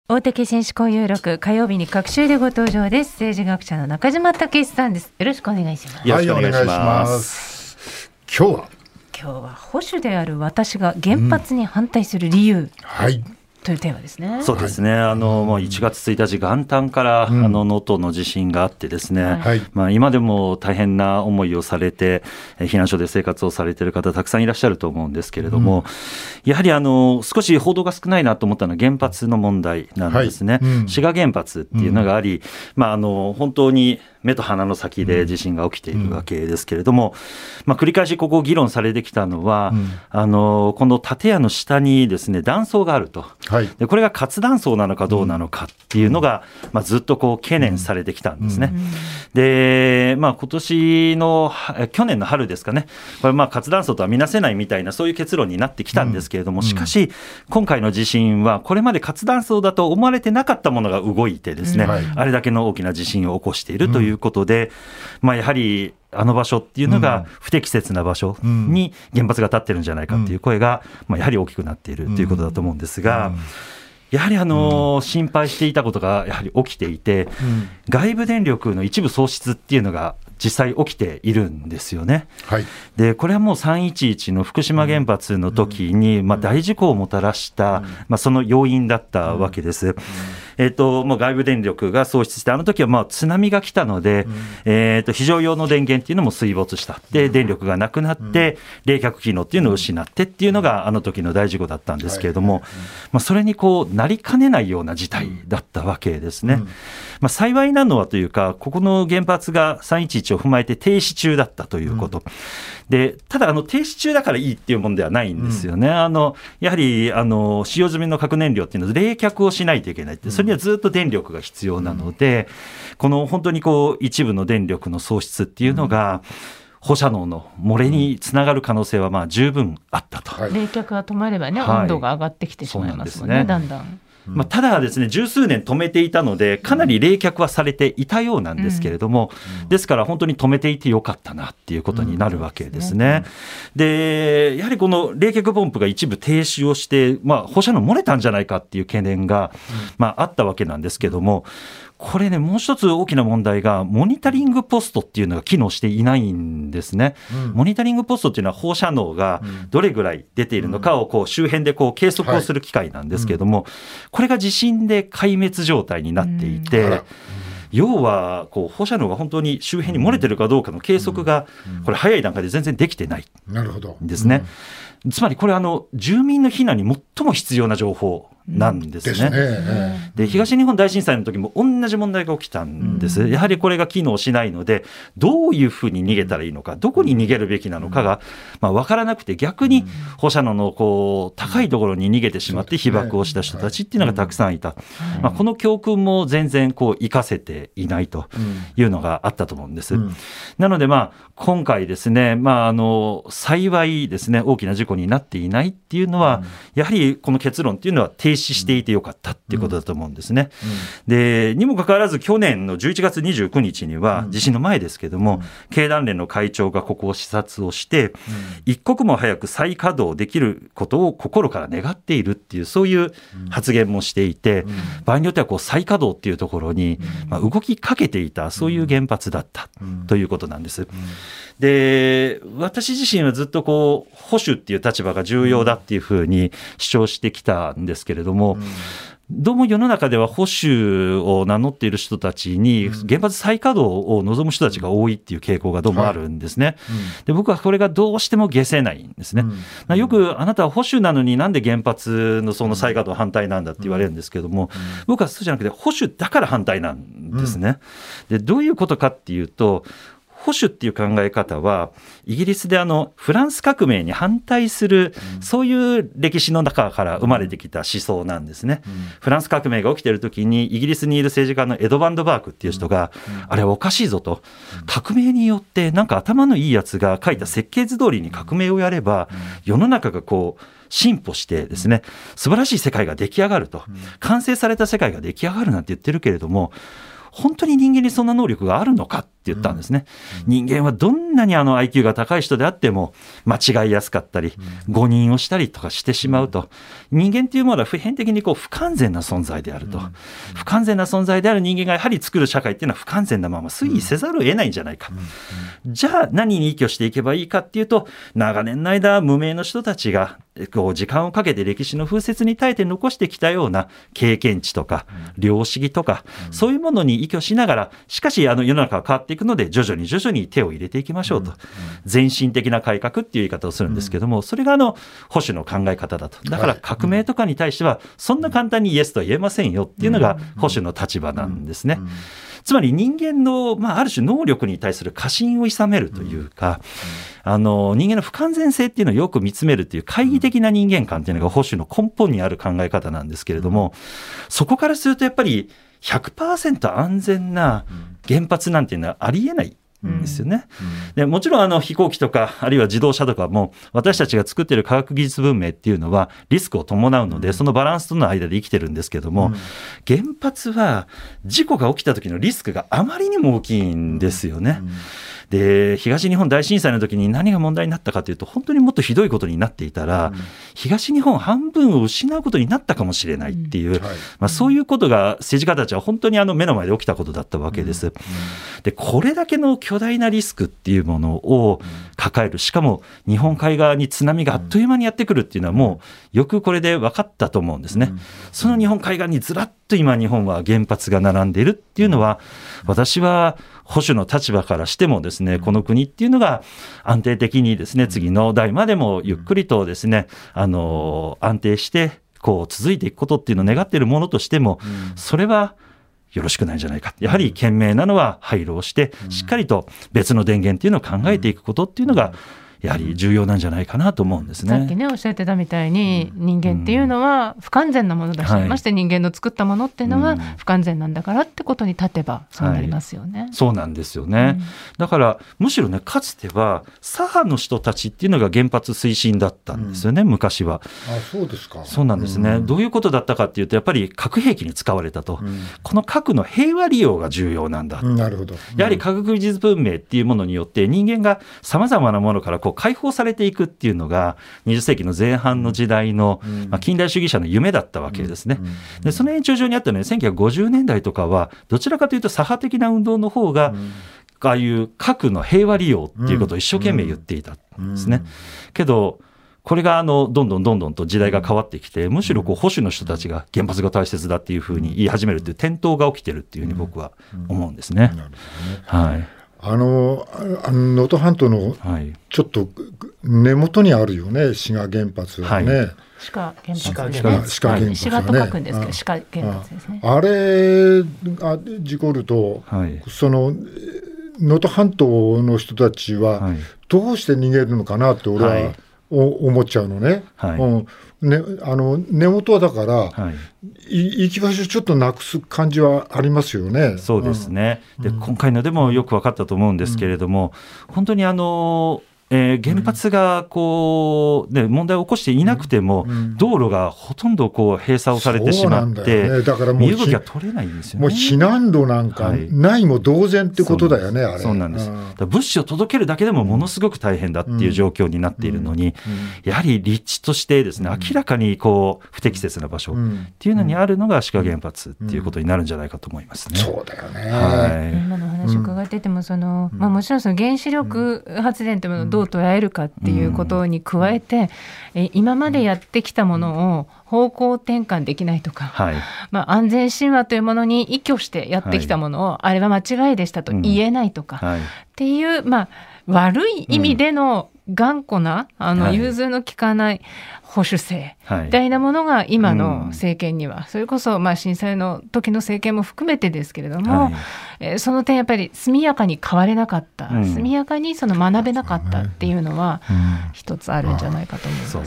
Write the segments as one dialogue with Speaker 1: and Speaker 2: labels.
Speaker 1: 大手新思考有録火曜日に各週でご登場です。政治学者の中島武さんです。よろしくお願いします。
Speaker 2: よろしくお願いします。今日は
Speaker 1: 保守である私が原発に反対する理由、
Speaker 2: はい
Speaker 1: というテーマですね。
Speaker 3: そうですね。もう1月1日元旦から能登の地震があってですね、
Speaker 2: はい
Speaker 3: 今でも大変な思いをされて避難所で生活をされている方たくさんいらっしゃると思うんですけれども、やはり少し報道が少ないなと思ったのは原発の問題なんですね。志賀原発っていうのがあり、本当に目と鼻の先で地震が起きているわけですけれども、繰り返しここ議論されてきたのは、この建屋の下にですね断層があると、でこれが活断層なのかどうなのかっていうのが、ずっと懸念されてきたんですね。で、今年の去年の春ですかね、これ活断層とは見なせないみたいなそういう結論になってきたんですけれども、しかし今回の地震はこれまで活断層だと思われてなかったものが動いてですね、あれだけの大きな地震を起こしているということで、やはりあの場所っていうのが不適切な場所に原発が建ってるんじゃないかっていう声がやはり大きくなっているということだと思うんですが、やはり心配していたことがやはり起きていて、外部電力の一部喪失っていうのが実際起きているんですよね。でこれはもう311の福島原発の時に大事故をもたらしたその要因だったわけです。もう外部電力が喪失して、あの時は津波が来たので、非常用の電源っていうのも水没した。で電力がなくなって冷却機能っていうのを失ってっていうのがあの時の大事故だったんですけれども、それになりかねないような事態だったわけですね。幸いなのはというか、ここの原発が311を踏まえて停止中だったということ、でただ停止中だからいいっていうものではないんですよね。やはり使用済みの核燃料っていうのは冷却をしないといけないって、それにはずっと電力が必要なので、この本当に一部の電力の喪失っていうのが、放射能の漏れにつながる可能性は十分あったと。
Speaker 1: 冷却が止まればね、温度が上がってきてしまいますもんね、だんだん。
Speaker 3: ただですね、十数年止めていたのでかなり冷却はされていたようなんですけれども、ですから本当に止めていてよかったなっていうことになるわけですね。でやはりこの冷却ポンプが一部停止をして、放射能漏れたんじゃないかっていう懸念が、あったわけなんですけども、これね、もう一つ大きな問題がモニタリングポストっていうのが機能していないんですね。モニタリングポストっていうのは放射能がどれぐらい出ているのかを周辺で計測をする機械なんですけれども、これが地震で壊滅状態になっていて、要は放射能が本当に周辺に漏れてるかどうかの計測がこれ早い段階で全然できてないんですね。つまりこれ住民の避難に最も必要な情報なんですね。で東日本大震災の時も同じ問題が起きたんです。やはりこれが機能しないので、どういうふうに逃げたらいいのか、どこに逃げるべきなのかが分からなくて、逆に放射能の高いところに逃げてしまって被爆をした人たちっていうのがたくさんいた。この教訓も全然生かせていないというのがあったと思うんです。なので今回ですね、幸いですね大きな事故になっていないっていうのは、やはりこの結論っていうのは停止していてよかったっていうことだと思うんですね。でにもかかわらず去年の11月29日には地震の前ですけども、経団連の会長がここを視察をして、一刻も早く再稼働できることを心から願っているっていう、そういう発言もしていて、場合によっては再稼働っていうところに動きかけていた、そういう原発だったということなんです。で私自身はずっと保守っていう立場が重要だっていうふうに主張してきたんですけれども、どうも世の中では保守を名乗っている人たちに原発再稼働を望む人たちが多いっていう傾向がどうもあるんですね。で僕はこれがどうしても解せないんですね。よくあなたは保守なのになんで原発のその再稼働反対なんだって言われるんですけども、僕はそうじゃなくて保守だから反対なんですね。でどういうことかっていうと、保守っていう考え方はイギリスでフランス革命に反対する、そういう歴史の中から生まれてきた思想なんですね。フランス革命が起きている時にイギリスにいる政治家のエドバンド・バークっていう人が、あれはおかしいぞと、革命によってなんか頭のいいやつが書いた設計図通りに革命をやれば世の中が進歩してですね、素晴らしい世界が出来上がると、完成された世界が出来上がるなんて言ってるけれども、 本当に人間にそんな能力があるのかって言ったんですね。人間はどんなにIQ が高い人であっても間違いやすかったり誤認をしたりとかしてしまうと、人間っていうものは普遍的に不完全な存在であると、不完全な存在である人間がやはり作る社会っていうのは不完全なまま推移せざるを得ないんじゃないか。じゃあ何に依拠していけばいいかっていうと、長年の間無名の人たちが時間をかけて歴史の風雪に耐えて残してきたような経験値とか良識とか、そういうものに依拠しながら、しかし世の中は変わっていくので徐々に手を入れていきましょうと、前進的な改革っていう言い方をするんですけども、それが保守の考え方だと。だから革命とかに対してはそんな簡単にイエスとは言えませんよっていうのが保守の立場なんですね。つまり人間の、ある種能力に対する過信を諌めるというか、人間の不完全性っていうのをよく見つめるという懐疑的な人間観っていうのが保守の根本にある考え方なんですけれども、そこからするとやっぱり 100% 安全な原発なんていうのはありえないですよね。でもちろん飛行機とかあるいは自動車とかも私たちが作っている科学技術文明っていうのはリスクを伴うので、そのバランスとの間で生きてるんですけども、原発は事故が起きた時のリスクがあまりにも大きいんですよね。で東日本大震災の時に何が問題になったかというと、本当にもっとひどいことになっていたら、東日本半分を失うことになったかもしれないっていう、そういうことが政治家たちは本当に目の前で起きたことだったわけです。でこれだけの巨大なリスクっていうものを抱える、しかも日本海側に津波があっという間にやってくるっていうのはもうよくこれで分かったと思うんですね。その日本海側にずらっと今日本は原発が並んでいるっていうのは、私は保守の立場からしてもですね、この国っていうのが安定的にですね、次の代までもゆっくりとですね、安定して続いていくことっていうのを願っているものとしても、それはよろしくないんじゃないか。やはり賢明なのは廃炉してしっかりと別の電源っていうのを考えていくことっていうのがやはり重要なんじゃないかなと思うんですね。
Speaker 1: さっきねおっしゃってたみたいに、人間っていうのは不完全なものだし、まして人間の作ったものっていうのは不完全なんだからってことに立てばそうなりますよね。
Speaker 3: そうなんですよね。だからむしろね、かつては左派の人たちっていうのが原発推進だったんですよね、昔は。
Speaker 2: そうですか。
Speaker 3: そうなんですね。どういうことだったかっていうと、やっぱり核兵器に使われたと、この核の平和利用が重要なんだ、
Speaker 2: なるほど。
Speaker 3: やはり科学技術文明っていうものによって人間がさまざまなものから解放されていくっていうのが20世紀の前半の時代の、近代主義者の夢だったわけですね。でその延長上にあったのは、1950年代とかはどちらかというと左派的な運動の方が、ああいう核の平和利用っていうことを一生懸命言っていたんですね。けどこれがどんどんと時代が変わってきて、むしろ保守の人たちが原発が大切だっていうふうに言い始めるっていう転倒が起きてるっていうふうに僕は思うんですね。
Speaker 2: 能登半島のちょっと根元にあるよね、志賀原発はね。
Speaker 1: 志賀原発ですね。志賀と書くんですけど、志賀原発ですね。
Speaker 2: あれが事故ると、その能登半島の人たちはどうして逃げるのかなって俺は思っちゃうのね。根元はだから、行き場所ちょっとなくす感じはありますよね。
Speaker 3: そうですね。で今回のでもよく分かったと思うんですけれども、本当に原発が問題を起こしていなくても、道路がほとんど閉鎖をされてしまって、だから身動きが取れないんですよね。
Speaker 2: もう避難路なんかないも同然ってことだよね、あれ。
Speaker 3: そうなんです。物資を届けるだけでもものすごく大変だっていう状況になっているのに、やはり立地としてですね、明らかに不適切な場所っていうのにあるのが志賀原発っていうことになるんじゃないかと思いますね。
Speaker 2: そうだよね。
Speaker 1: 今の話を伺ってても、もちろんその原子力発電というものをどう捉えるかっていうことに加えて、今までやってきたものを方向転換できないとか、安全神話というものに依拠してやってきたものを、あれは間違いでしたと言えないとか、っていう、悪い意味での頑固な融通の利かない保守性みたいなものが今の政権には、それこそ震災の時の政権も含めてですけれども、その点やっぱり速やかに変われなかった、速やかに学べなかったっていうのは一つあるんじゃないかと思います。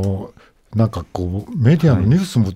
Speaker 2: あとこの原発に関してなんかメディアのニュースもちょ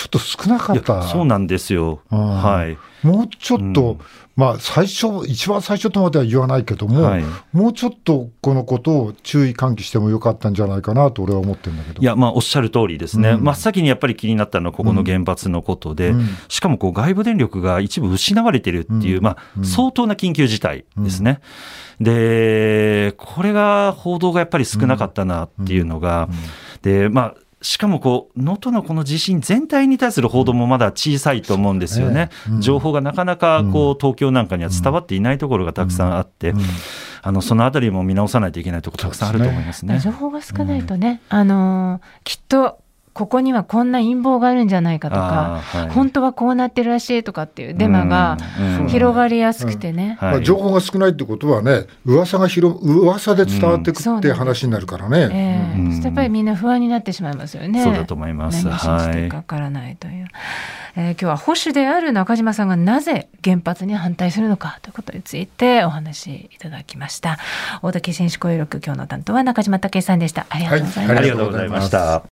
Speaker 2: っと少なかった。
Speaker 3: そうなんですよ、はい、
Speaker 2: もうちょっと、一番最初とまでは言わないけども、もうちょっとこのことを注意喚起してもよかったんじゃないかなと俺は思ってるんだけど。
Speaker 3: いや、おっしゃる通りですね、真っ先にやっぱり気になったのはここの原発のことで、しかも外部電力が一部失われているっていう、相当な緊急事態ですね。でこれが報道がやっぱり少なかったなっていうのが、でしかも能登のこの地震全体に対する報道もまだ小さいと思うんですよね。情報がなかなか東京なんかには伝わっていないところがたくさんあって、そのあたりも見直さないといけないところたくさんあると思いますね。
Speaker 1: 情報が少ないとね、きっとここにはこんな陰謀があるんじゃないかとか、本当はこうなってるらしいとかっていうデマが広がりやすくてね、
Speaker 2: 情報が少ないってことはね、噂で伝わってくって話になるからね、
Speaker 1: やっぱりみんな不安になってしまいますよね。
Speaker 3: そうだと思います。
Speaker 1: 何を信じていいかわからないという、今日は保守である中島さんがなぜ原発に反対するのかということについてお話しいただきました。大竹紳士交友録、今日の担当は中島武さんでした。ありがとうございました。
Speaker 3: ありがとうございました。